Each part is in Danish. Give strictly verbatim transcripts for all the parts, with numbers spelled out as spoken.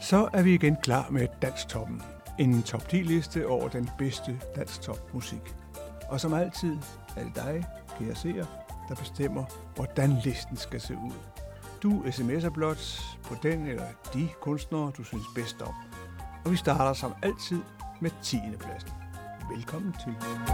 Så er vi igen klar med Dansktoppen. En top ti liste over den bedste dansktopmusik. Og som altid er det dig, kære seer, der bestemmer, hvordan listen skal se ud. Du sms'er blot på den eller de kunstnere, du synes bedst om. Og vi starter som altid med tiende pladsen. Velkommen til.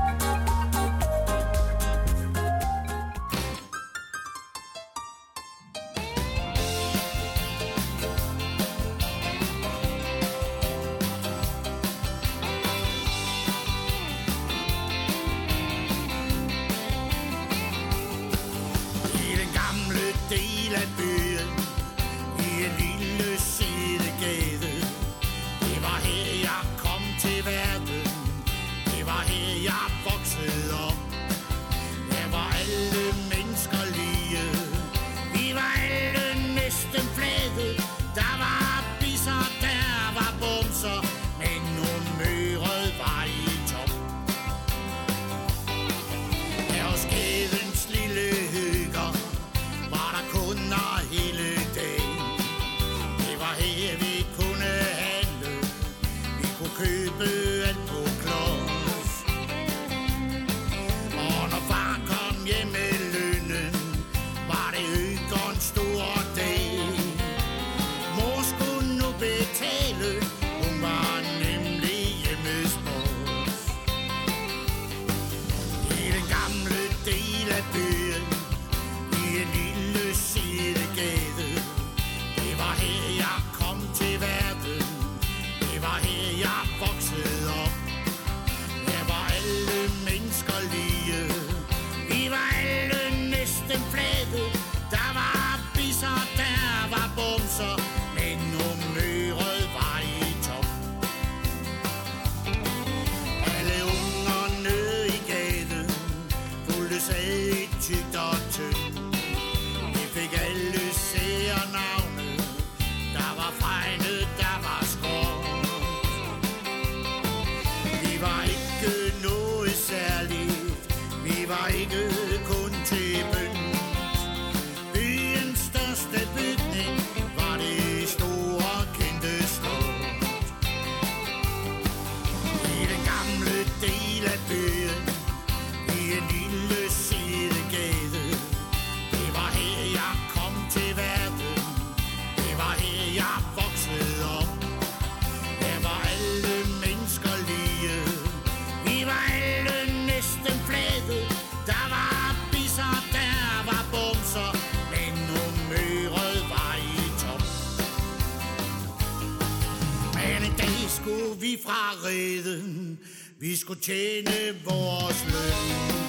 Vi skulle tjene vores løn.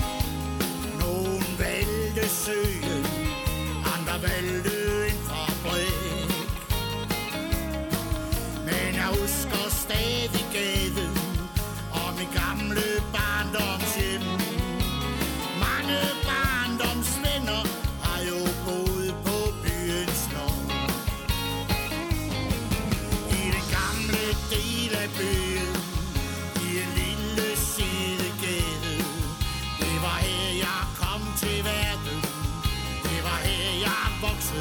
Nogen valgte søen, andre valgte en fabrik. Men jeg husker stadig gaden og mit gamle barndomshjem. Mange barndomsvenner har jo boet på byens slot. I den gamle del af byen, i en lille sidegade. Det var her jeg kom til verden. Det var her jeg voksede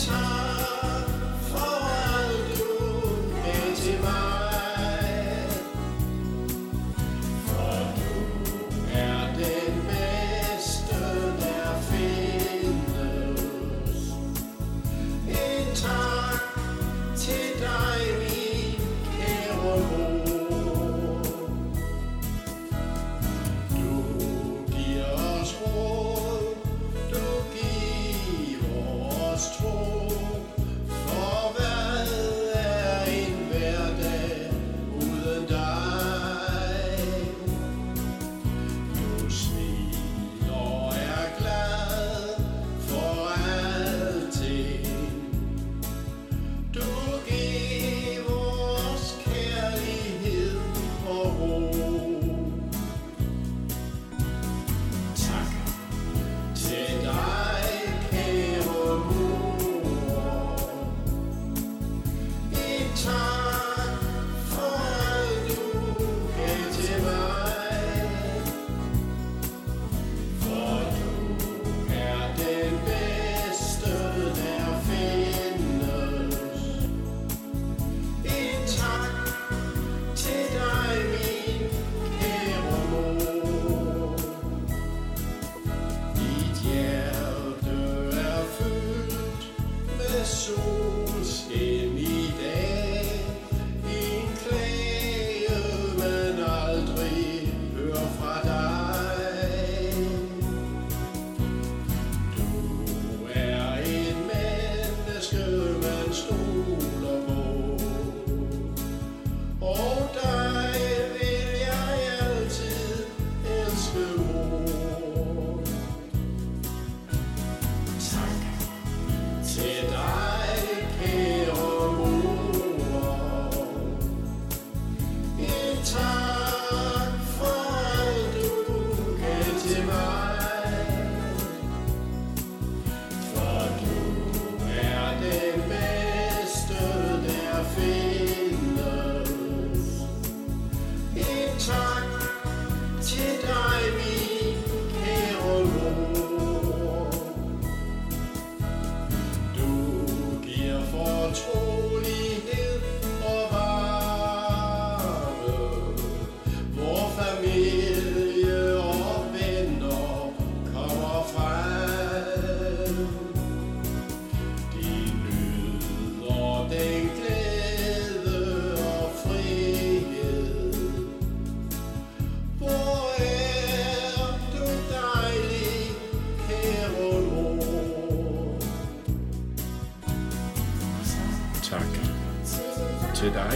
til dig,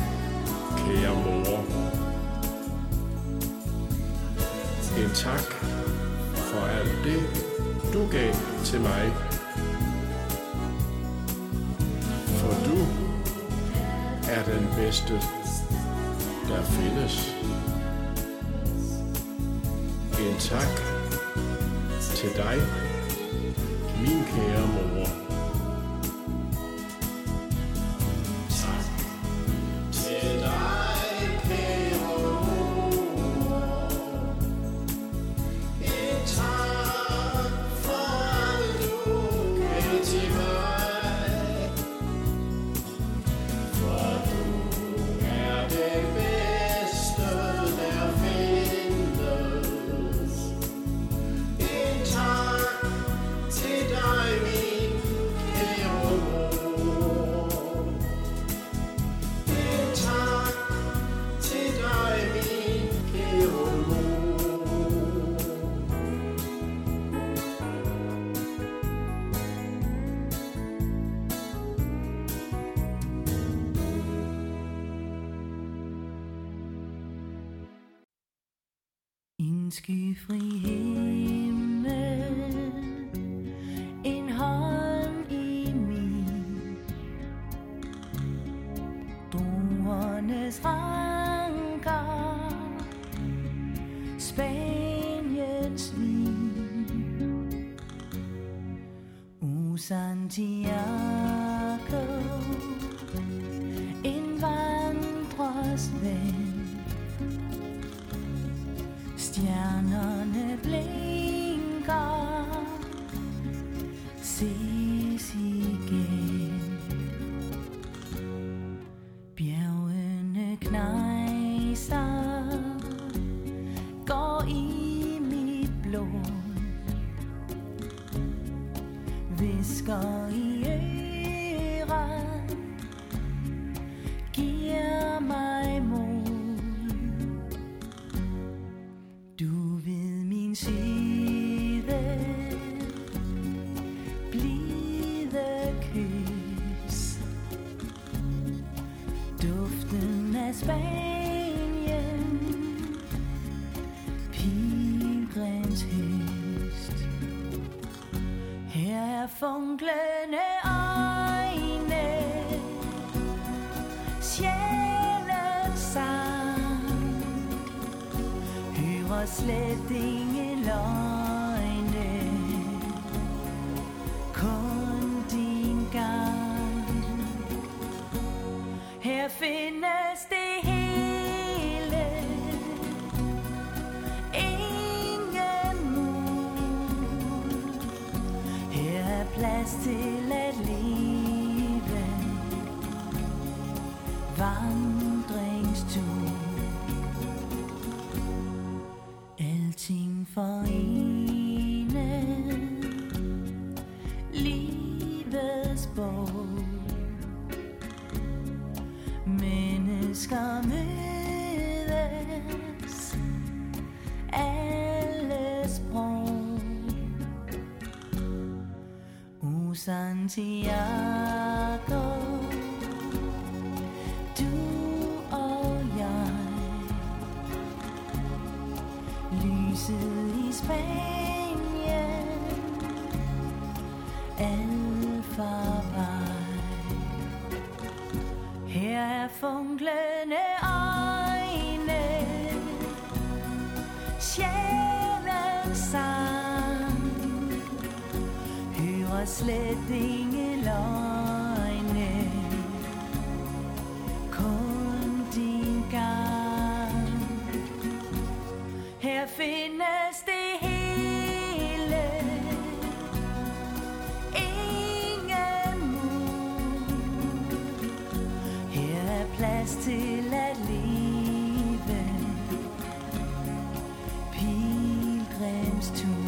kære mor. En tak for alt det, du gav til mig. For du er den bedste, der findes. En tak til dig, min kære mor. En skyfri himmel, en hånd i min, druernes ranker, Spaniens vin, U Santiago, en vandrers ven. Stjernerne blinker, ses igen. visker i øret, giver mig mod. Du ved min side, blide kys, duften af Spanien, pilgrims høst. Her er funklende øjne, sjælens sang, hører slet ingen løgne, kun din gang. Her findes det hele, ingen mur. Her er plads til at leve, vandringstur. Alting forenet, livets bog. Mennesker mødes, alle sprog. O Santiago, du og jeg, lyset i Spanien, alfarvej. Her er funklende øjne, sjælens sang, hører slet ingen løgne, kun din gang. Her findes det hele, ingen mur. Her er plads til at leve, pilgrimstur.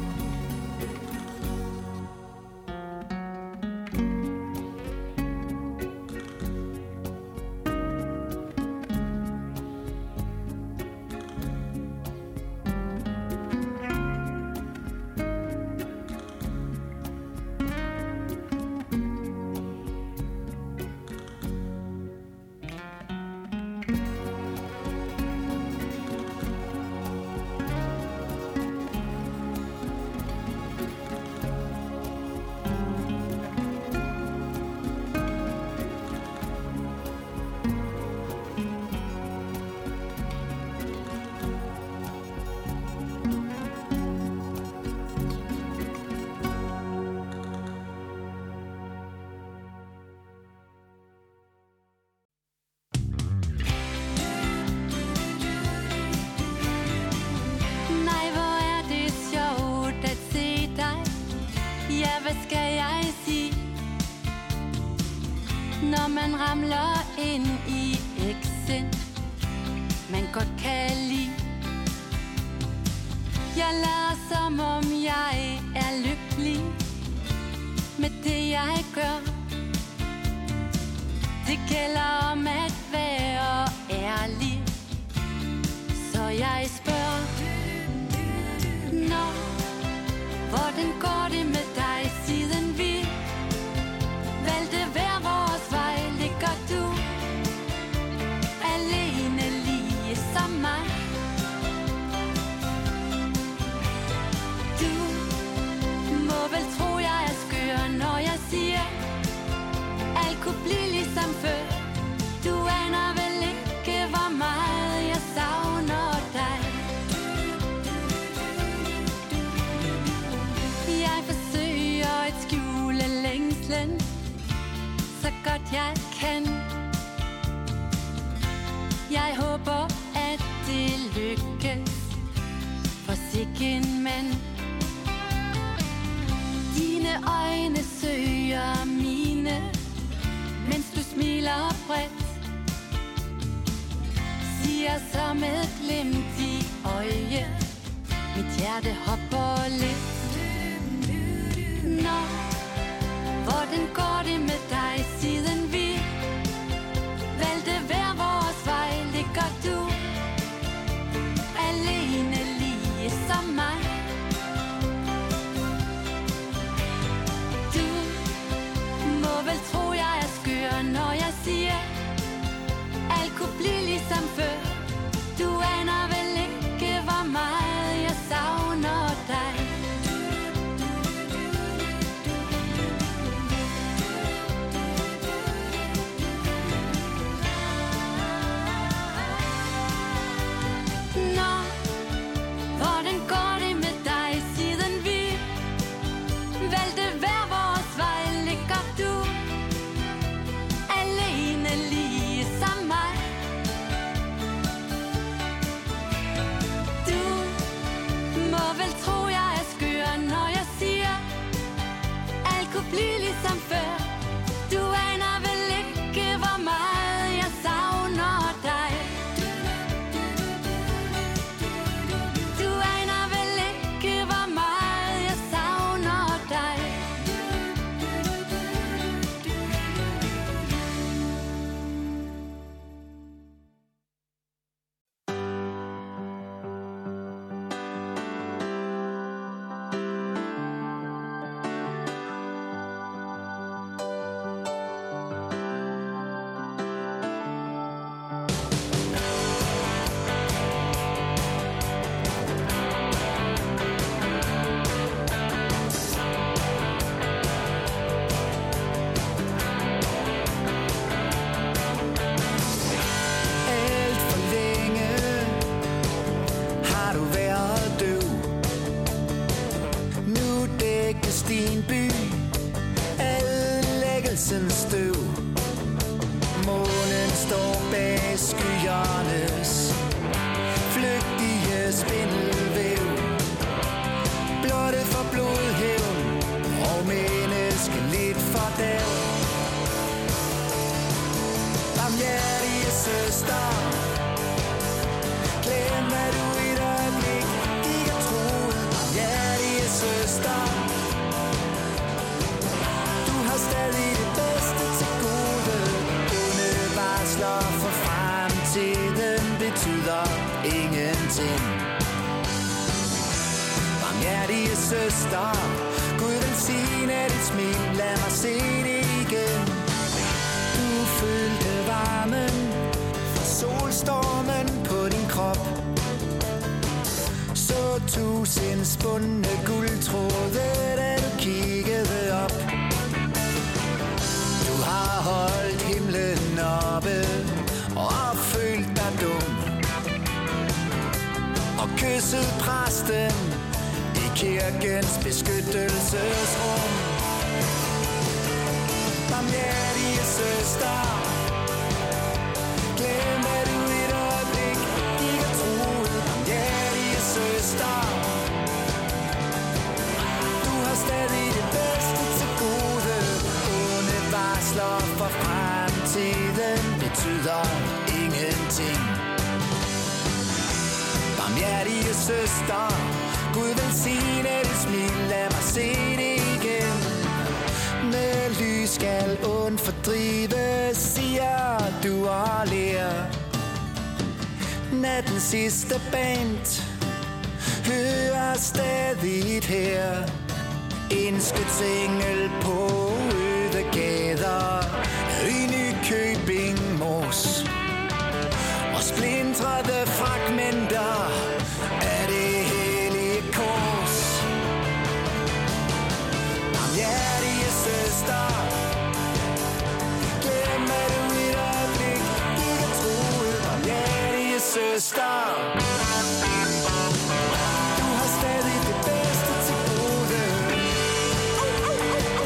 Når man ramler ind i eksen, man godt kan lide. Jeg lader som om jeg er lykkelig med det jeg gør. Det gælder om at være ærlig, så jeg spørger, nå, hvordan går det med dig siden vi valgte hver vores vej? Ligger du alene lige som mig? Du må vel tro jeg er skør, når jeg siger alt kunne blive ligesom før. Du aner vel ikke hvor meget jeg savner dig. Jeg forsøger at skjule længslen så godt jeg kan. Jeg håber at det lykkes for sikken mand. Dine øjne søger mine, mens du smiler bredt, siger så med et glimt i øje, mit hjerte hopper lidt. Nå, blive ligesom før. Du aner vel ikke, hvor meget jeg savner dig. Du aner vel ikke, hvor meget jeg savner dig. Alt for længe har du været døv. Nu dækkes din by af ødelæggelsens støv. Månen står bag skyernes flygtige spindelvæv. Blotte for blodhævn og menneskeligt fordæv. Barmhjertige søster, glem hvad du et øjeblik gik og troede. Barmhjertige søster, du har stadig det bedste til gode. Onde varsler for fremtiden betyder ingenting. Barmhjertige søster, Gud velsigne dit smil, lad mig se det igen. Du følte varmen fra solstormen på din krop. Så tusind spundne guldtråde, da du kiggede op. Du har holdt himlen oppe og følt dig dum. Og kysset præsten i kirkens beskyttelsesrum. Barmhjertige søster, glem hvad du et øjeblik gik og troede. Barmhjertige søster, du har stadig det bedste til gode. Onde varsler for fremtiden betyder ingenting. Barmhjertige søster, Gud velsigne dit smil, lad mig se det igen. Med lys skal ond fordrive, siger du og ler. Nattens sidste band hører stadig her. En skytsengel på øde gader i Nykøbing Mors. Og splintrede fragmenter af det hellige kors. Barmhjertige søster, glem hvad du et øjeblik gik og troede. Barmhjertige søster, du har stadig det bedste til gode.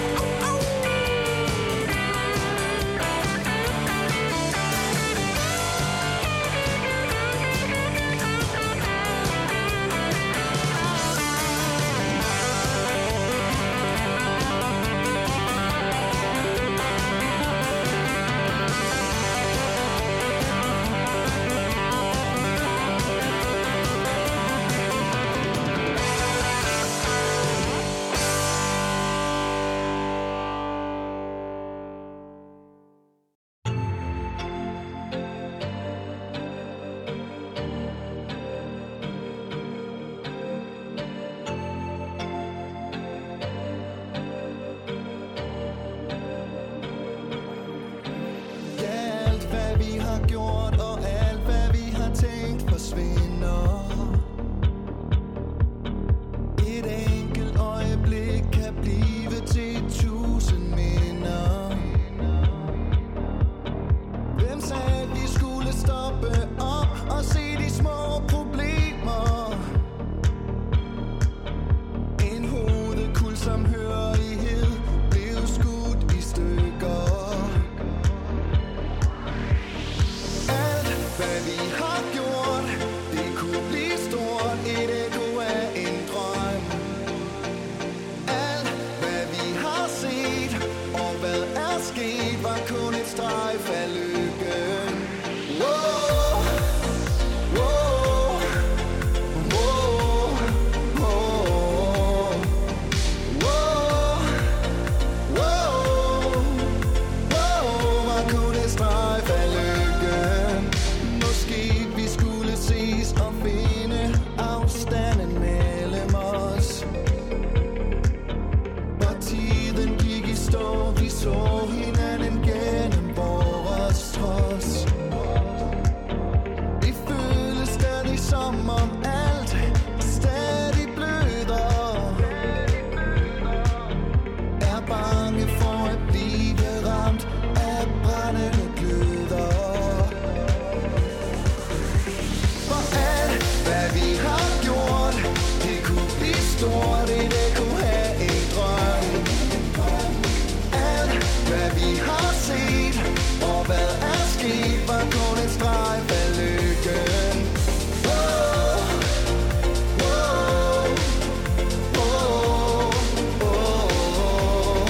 så hinanden gennem vores trods. Det føles stadig som om alt stadig bløder. Er bange for at blive ramt af brændende gløder. For alt hvad vi har gjort, det kunne blive stort, det kunne have en drøm. Alt hvad vi har set, og hvad er sket, var kun en streg af lykken. Oh, oh, oh, oh, oh.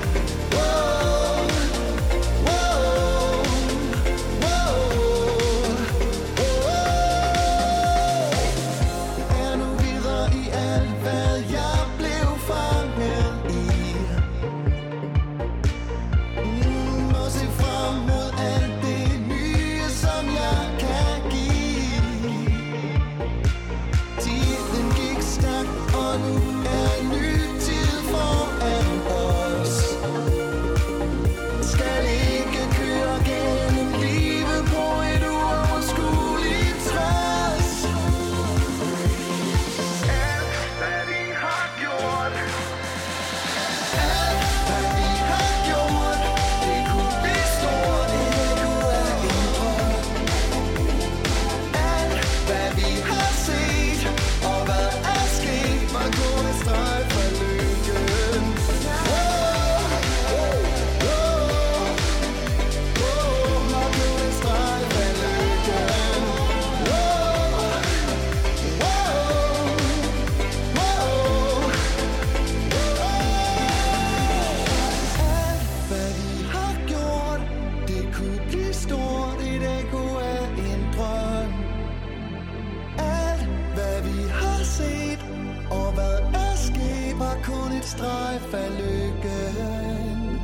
Strejf af lykken.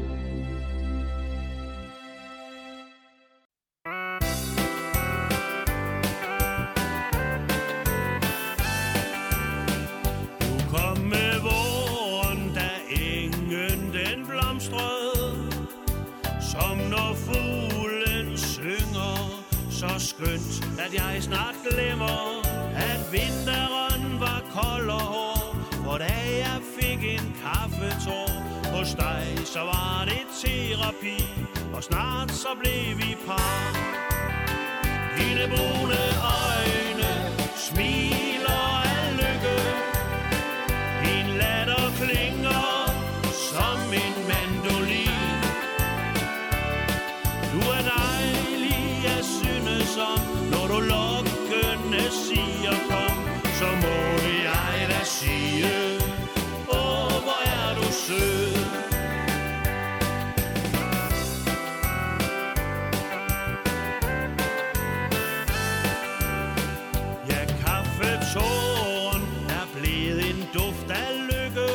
Nu kom med våren, da engen den blomstrede, som når fuglen synger, så skønt, at jeg snart glemmer, at vinteren var kold og hård. For da jeg fik en kaffetår hos dig, så var det terapi, og snart så blev vi par. Dine brune øjne smiler af lykke, din latter klinger som en mandolin. Du er dejlig, jeg synes om, når du lokkende siger kom, så må jeg da sige, åh, hvor er du sød. Ja, kaffetåren er blevet en duft af lykke,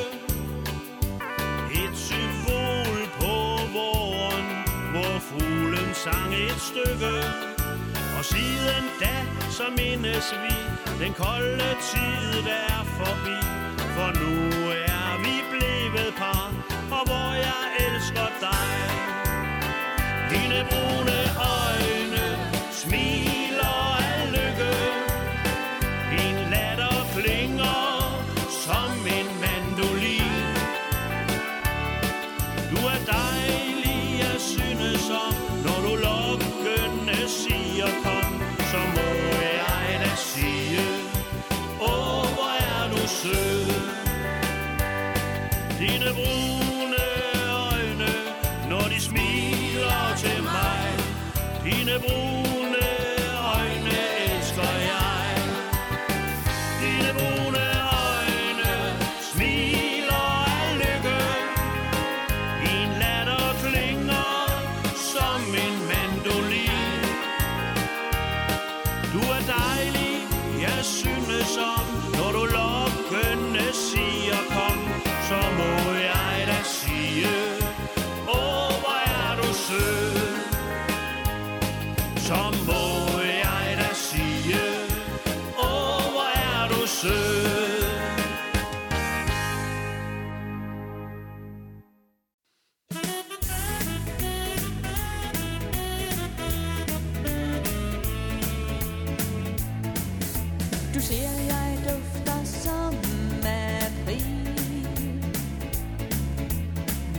et symbol på våren, hvor fuglen sang et stykke. Og siden da, så mindes vi den kolde tid, der er forbi. For nu er vi blevet par, og hvor jeg elsker dig. Dine brune øjne smiler af lykke, din latter klinger som en mandolin. Du er dejlig, jeg synes om, når du lokkende siger kom, så må jeg da sige, åh, hvor er du sød. Dine brune øjne, når de smiler til mig, dine brune øjne elsker jeg. Dine brune øjne smiler af lykke, din latter klinger som en mandolin. Du er dejlig, jeg synes om, når du lokkende siger kom, så må jeg da sige, åh, hvor er du sød. Så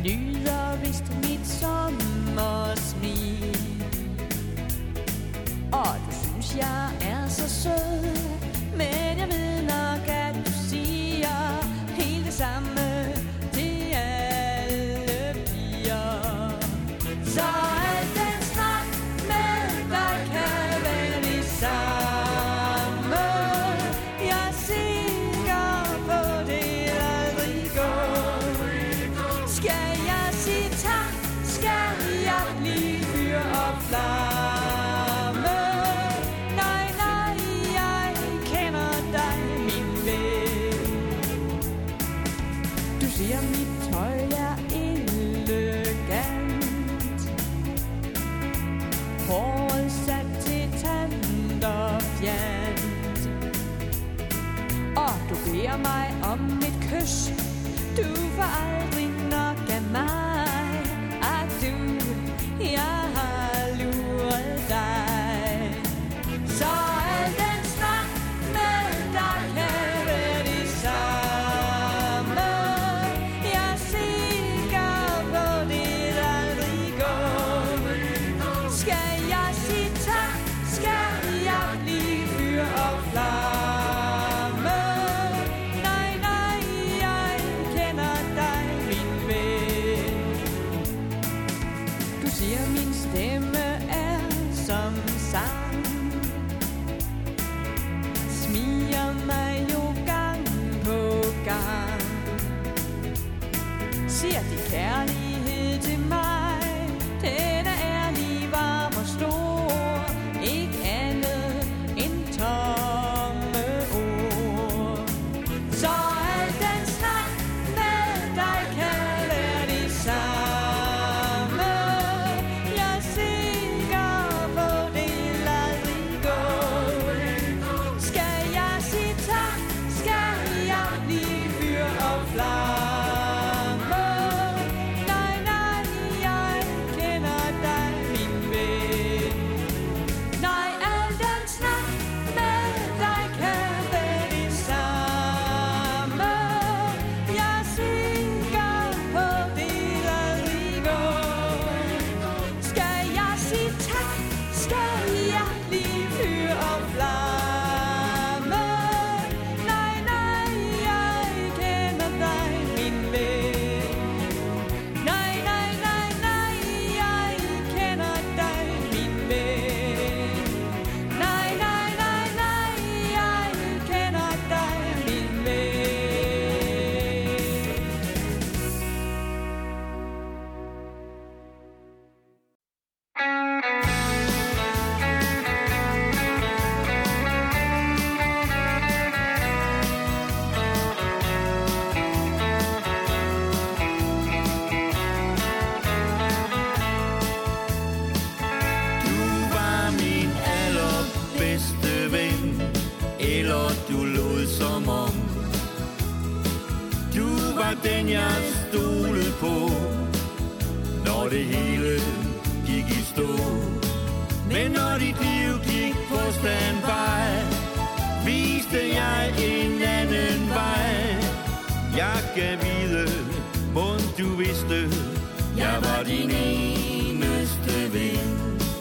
lyder vist mit sommersmil. Og du synes jeg er så sød, men jeg ved nok at du siger helt det samme til alle piger. Så al den snak med dig kan være det samme. Jeg er sikker på det aldrig går. Skal jeg sige tak, skal jeg blive fyr og flamme. Nej, nej, jeg kender dig, min ven. Du siger mit tøj er elegant, håret sat til tand og fjant. Og du beder mig om et kys, du får aldrig nok af mig. At du, jeg har luret dig. Så al den snak med dig kan være det samme. Jeg er sikker på det aldrig går. Skal jeg sige tak, skal jeg blive fyr og flamme. Nej, nej, jeg kender dig, min ven. Du siger min stemme er som sang, smiger mig jo gang på gang. Siger din kærlighed til mig, den er ærlig, varm og stor, ikke andet end tomme ord. Så al den snak med dig kan være det samme. Jeg er sikker på det aldrig går. Skal jeg sige tak, skal jeg blive fyr og flamme. Nej, nej, jeg kender dig, min ven. Nej, al den snak med dig kan være det samme. Jeg er sikker på det aldrig går. Skal jeg sige tak, skal jeg blive fyr og flamme. Nej, nej, jeg kender dig, min ven. Nej, nej, nej, nej, jeg kender dig, min ven. Nej, nej, nej, nej, jeg kender dig, min ven. Du var min allerbedste ven, eller du lod som om. Du var den jeg stolede på, når det hele gik i stå. Men når dit liv gik på standby, viste jeg en anden vej. Jeg gav vide, mon du vidste, jeg var din eneste ven.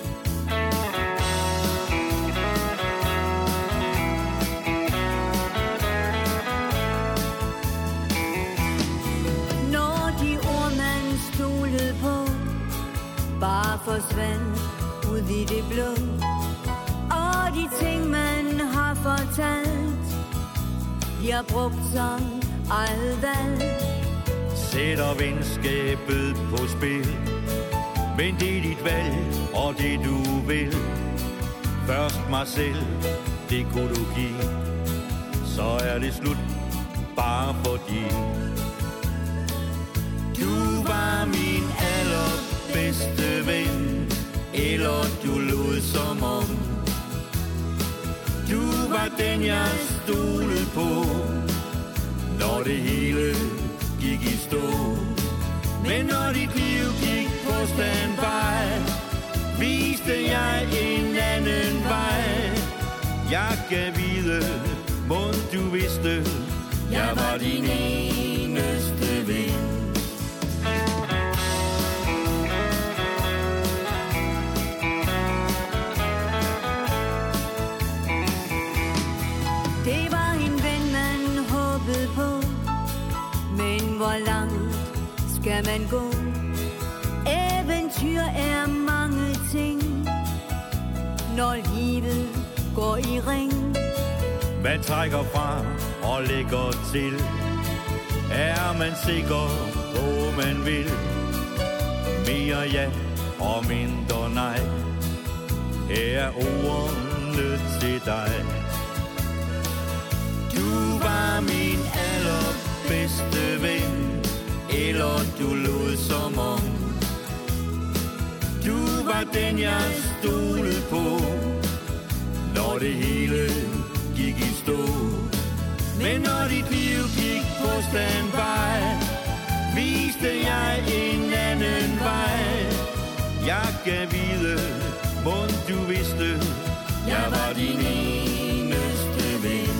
Når de ord man stolede på bare forsvandt ud i det blå, og de ting man har fortalt bliver brugt som eget valg. Sætter venskabet på spil, men det er dit valg, og det du vil. Først mig selv, det kunne du give, så er det slut, bare fordi du var min allerbedste ven, eller du lod som om. Du var den jeg stolede på, når det hele gik i stå. Men når dit liv gik på standby, viste jeg en anden vej. Jeg gav vide, mon du vidste, jeg var din eneste ven. langt skal man gå? Eventyr er mange ting, når livet går i ring. Man trækker fra og lægger til. Er man sikker på man vil? Mere ja og mindre nej. Her er ordene til dig. Du var min allerbedste ven, eller du lod som om. Du var den jeg stolede på, når det hele gik i stå. Men når dit liv gik på standby, viste jeg en anden vej. Jeg gav vide, hvor du vidste, jeg var din eneste ven.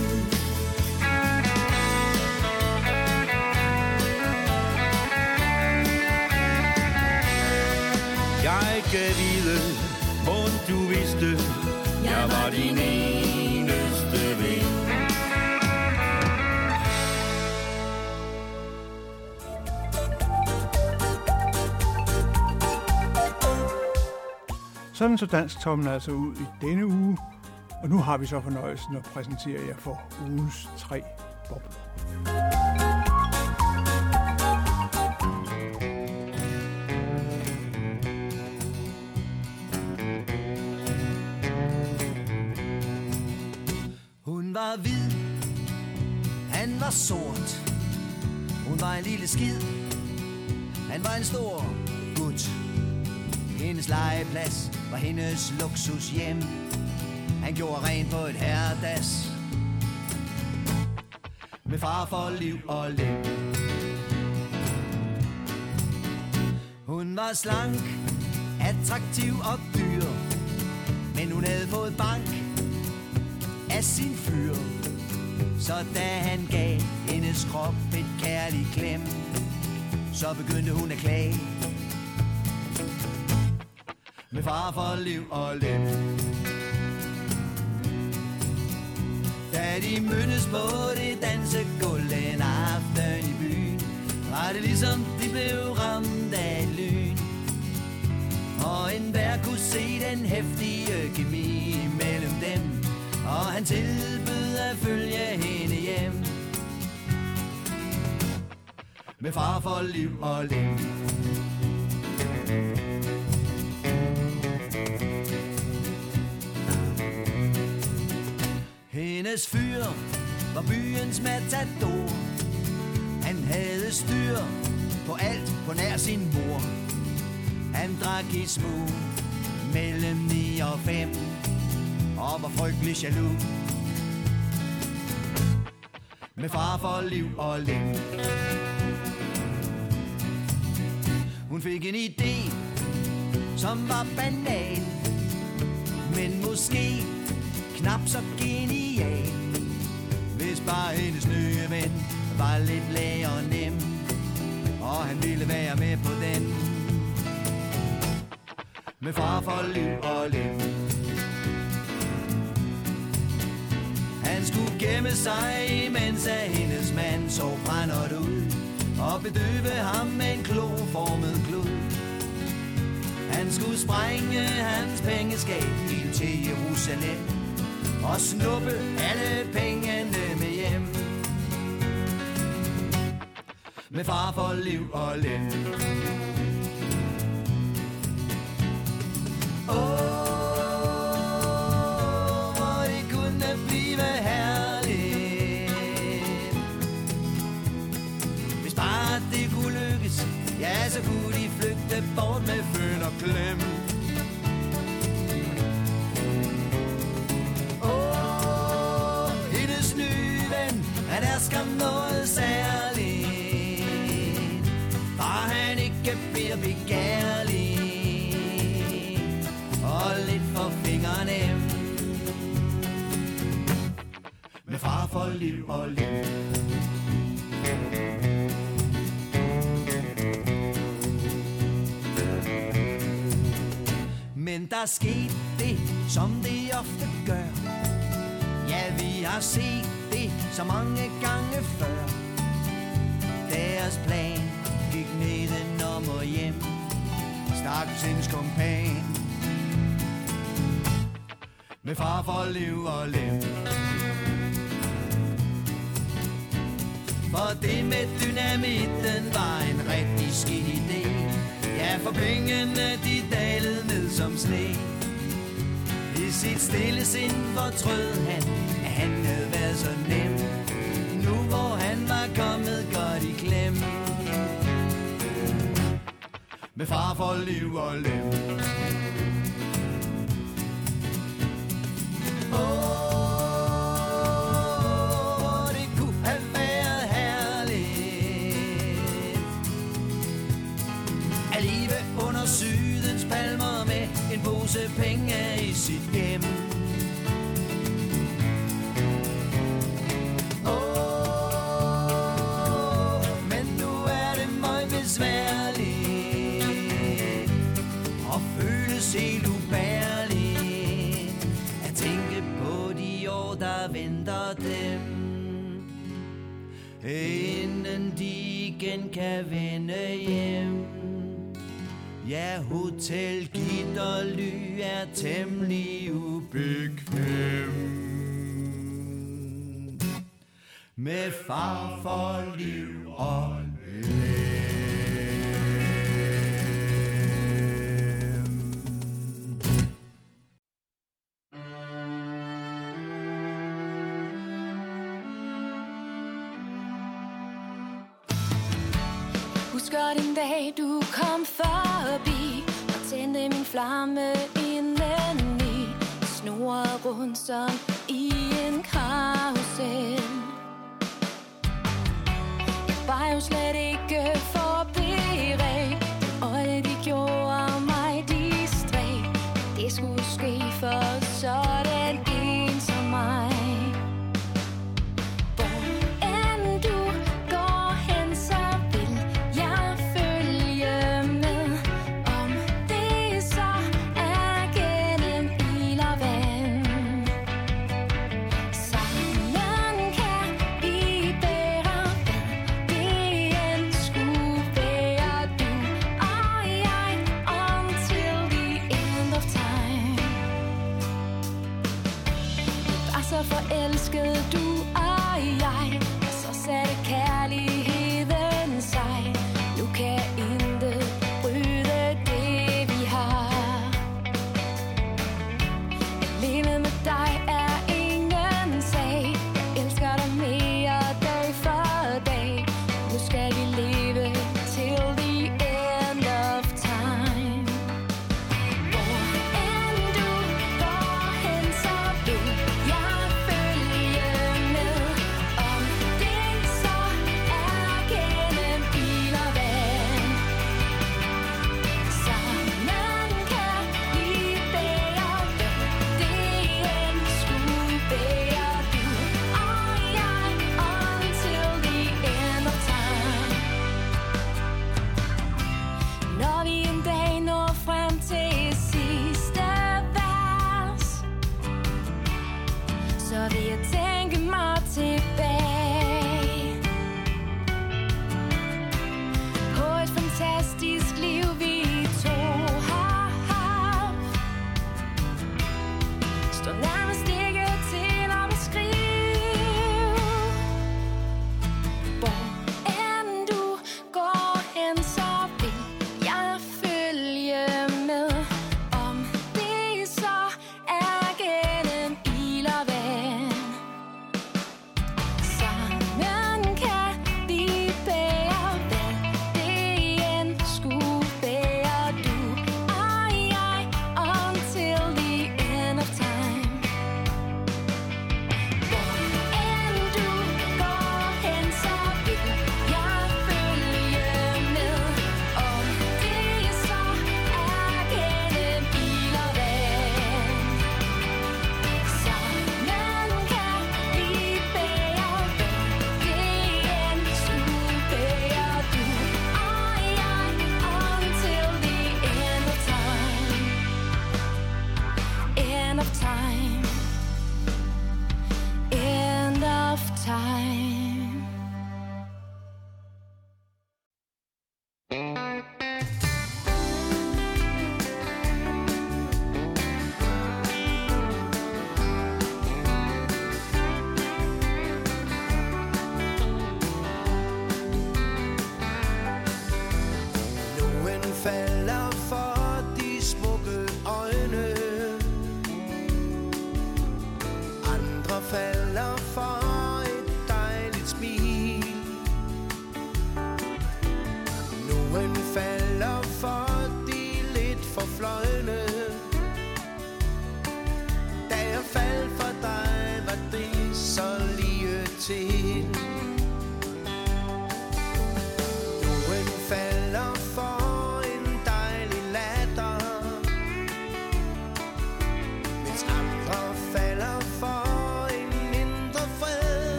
Jeg gav vide, hvor du vidste, jeg var din eneste ven. Sådan så Dansktoppen altså ud i denne uge, og nu har vi så fornøjelsen at præsentere jer for ugens tre bobler. Hun var hvid, han var sort. Hun var en lille skid, han var en stor gut. Hendes legeplads var hendes luksushjem. Han gjorde rent på et herredas med far for liv og lem. Hun var slank, attraktiv og dyr, men hun havde fået bank af sin fyr. Så da han gav hendes krop et kærligt klem, så begyndte hun at klage med far for liv og lem. Da de mødtes på det dansegulv en aften i byen, var det ligesom de blev ramt af lyn. Og enhver kunne se den heftige kemi mellem dem, og han tilbød at følge hende hjem med far for liv og lem. Hendes fyr var byens matador. Han havde styr på alt på nær sin mor. Han drak i smug mellem ni og fem og var frygtelig jaloux med far for liv og lem. Hun fik en idé, som var banal, men måske knap så genial. Hvis bare hendes nye ven var lidt læg og nem, og han ville være med på den med far for liv og lem. Han skulle gemme sig, mens af hendes mand så brændert ud, og bedøve ham med en kloformet klud. Han skulle sprænge hans pengeskab helt til Jerusalem og snuppe alle pengene med hjem med far for liv og lem. Åh, oh, hvor det kunne blive herligt, hvis bare det kunne lykkes. Ja, så kunne de flygte bort med føn og klem. Åh, hendes nye ven, han er skam noget særligt, bare han ikke bliver begærlig og lidt for fingernem med far for liv og lem. Men der skete det, som det ofte gør. Ja, vi har set det så mange gange før. Deres plan hendes kompan. Med far for liv og lem. For det med dynamitten var en rigtig skidt idé. Ja, for pengene de dalede ned som sne. I sit stille sind fortrød han, at han havde været så nem. Nu hvor han var kommet godt i klem. Med far for liv og lem. Åh, oh, det kunne have været herligt at leve under sydens palmer med en pose penge i sit hjem. Åh, men nu er det meget besværligt og føles helt ubærligt at tænke på de år, der venter dem, inden de igen kan vende hjem. Ja, Hotel Gitterly er temmelig ubekvem. Med far for liv og lem. Husker den dag du kom forbi og tændte min flamme indeni, snurrede rundt som i en karusel. Jeg var jo slet ikke forberedt. Øjne de gjorde mig distræ. Det skulle ske for sådan en som mig. Sammen kan vi bære, hvad det end skulle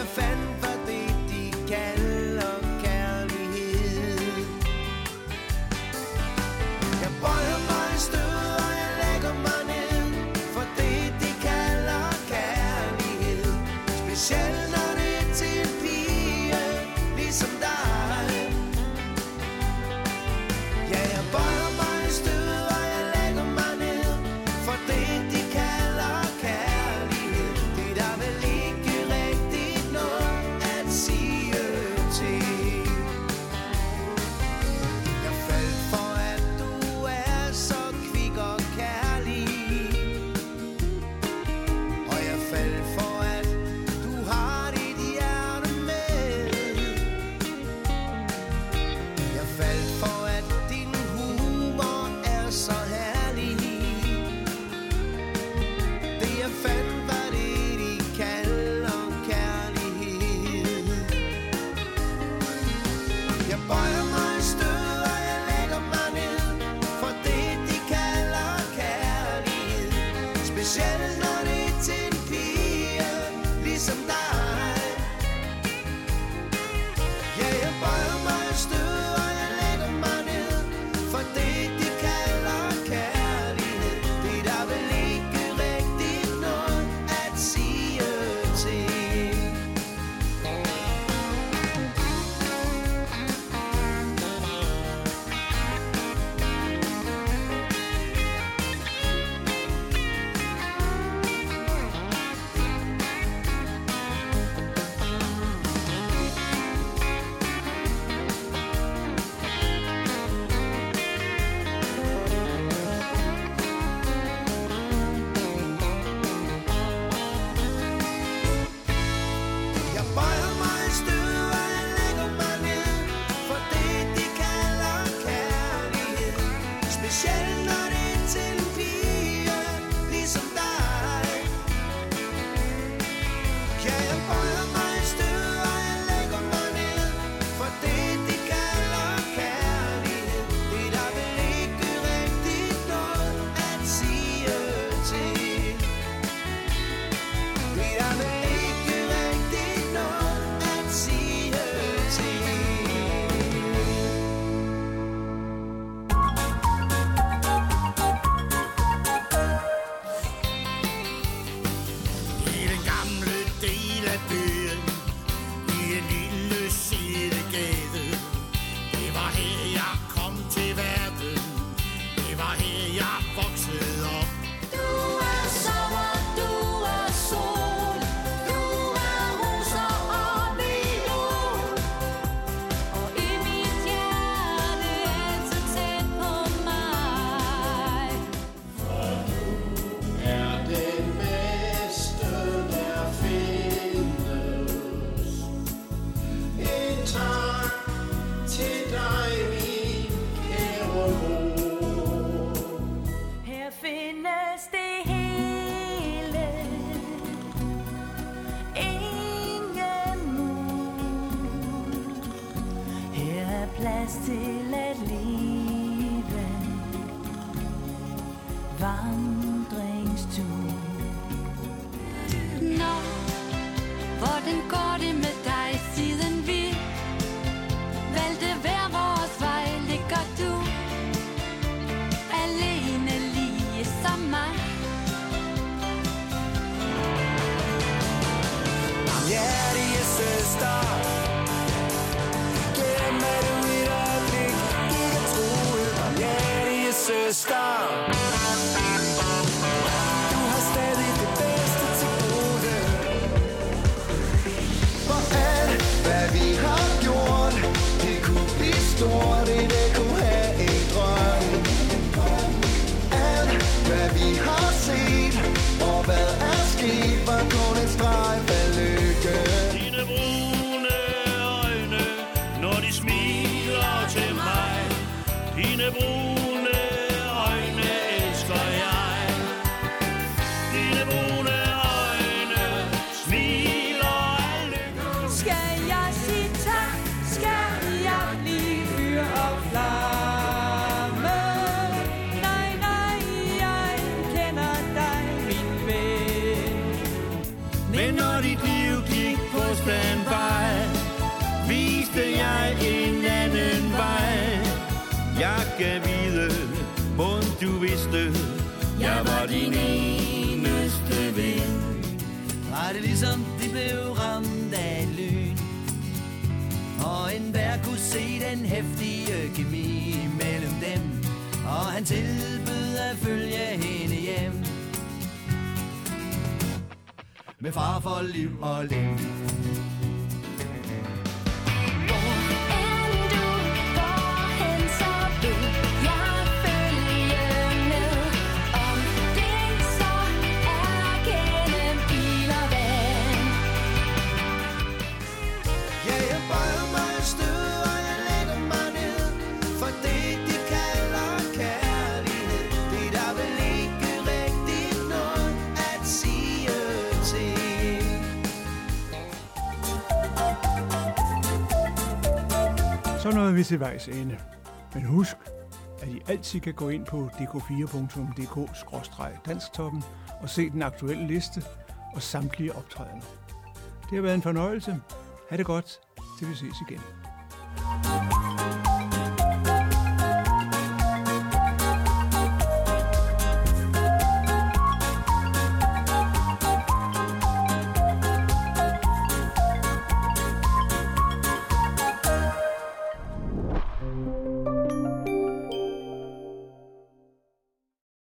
jeg fandt, hvad det de kalder kærlighed. Jeg bøjer mig i stød, og jeg lægger mig ned for det de kalder kærlighed. Specielt når det er til en pige ligesom dig. Ja, jeg bøjer mig i stød, og jeg lægger mig ned for det de kalder kærlighed. Det er der vel ikke rigtigt noget at sige til. Jeg faldt for at du er så kvik og kærlig, og jeg faldt for at du har dit hjerte med. Jeg faldt for at din humor er så herlig. Det jeg fandt var det de kalder kærlighed. Jeg bøjer mig i stød, og jeg lægger mig ned for det de kalder kærlighed. Specielt når det er til en pige ligesom dig. Ja, jeg bøjer mig i stød, og jeg lægger mig ned for det de kalder kærlighed. Det er der vel ikke rigtigt noget at sige til. Jeg bøjer mig i stød, og jeg lægger mig ned for det de kalder kærlighed. Specielt når det er til en pige ligesom dig. Ja, jeg bøjer mig i stød, og jeg lægger mig ned for det de kalder kærlighed. Det er der vel ikke rigtigt noget at sige til. Det er der vel ikke rigtigt noget at sige til. I den gamle del af byen, i en lille sidegade. Det var her jeg kom til verden, det var her jeg voksede op. Du er sommer, du er sol, du er roser og viol. Og i mit hjerte altid tæt på mig. Er den bedste, der findes. En tak til dig, min kære mor. Her findes det hele, ingen mur. Her er plads til at leve, vandringstur. Nå, hvordan går det med dig, siden vi valgte hver vores vej? Ligger du alene lige som mig? Hjertige søster, glem at du et øjeblik standby, viste jeg en anden vej. Jeg gav vide, mon du vidste, jeg var din eneste ven. Var det ligesom de blev ramt af lyn, og enhver kunne se den heftige kemi mellem dem, og han tilbød at følge hende hjem, med far for liv og lem. Så nåede vi til vejs ende. Men husk, at I altid kan gå ind på d k fire punktum d k skråstreg dansktoppen og se den aktuelle liste og samtlige optrædener. Det har været en fornøjelse. Ha' det godt, til vi ses igen.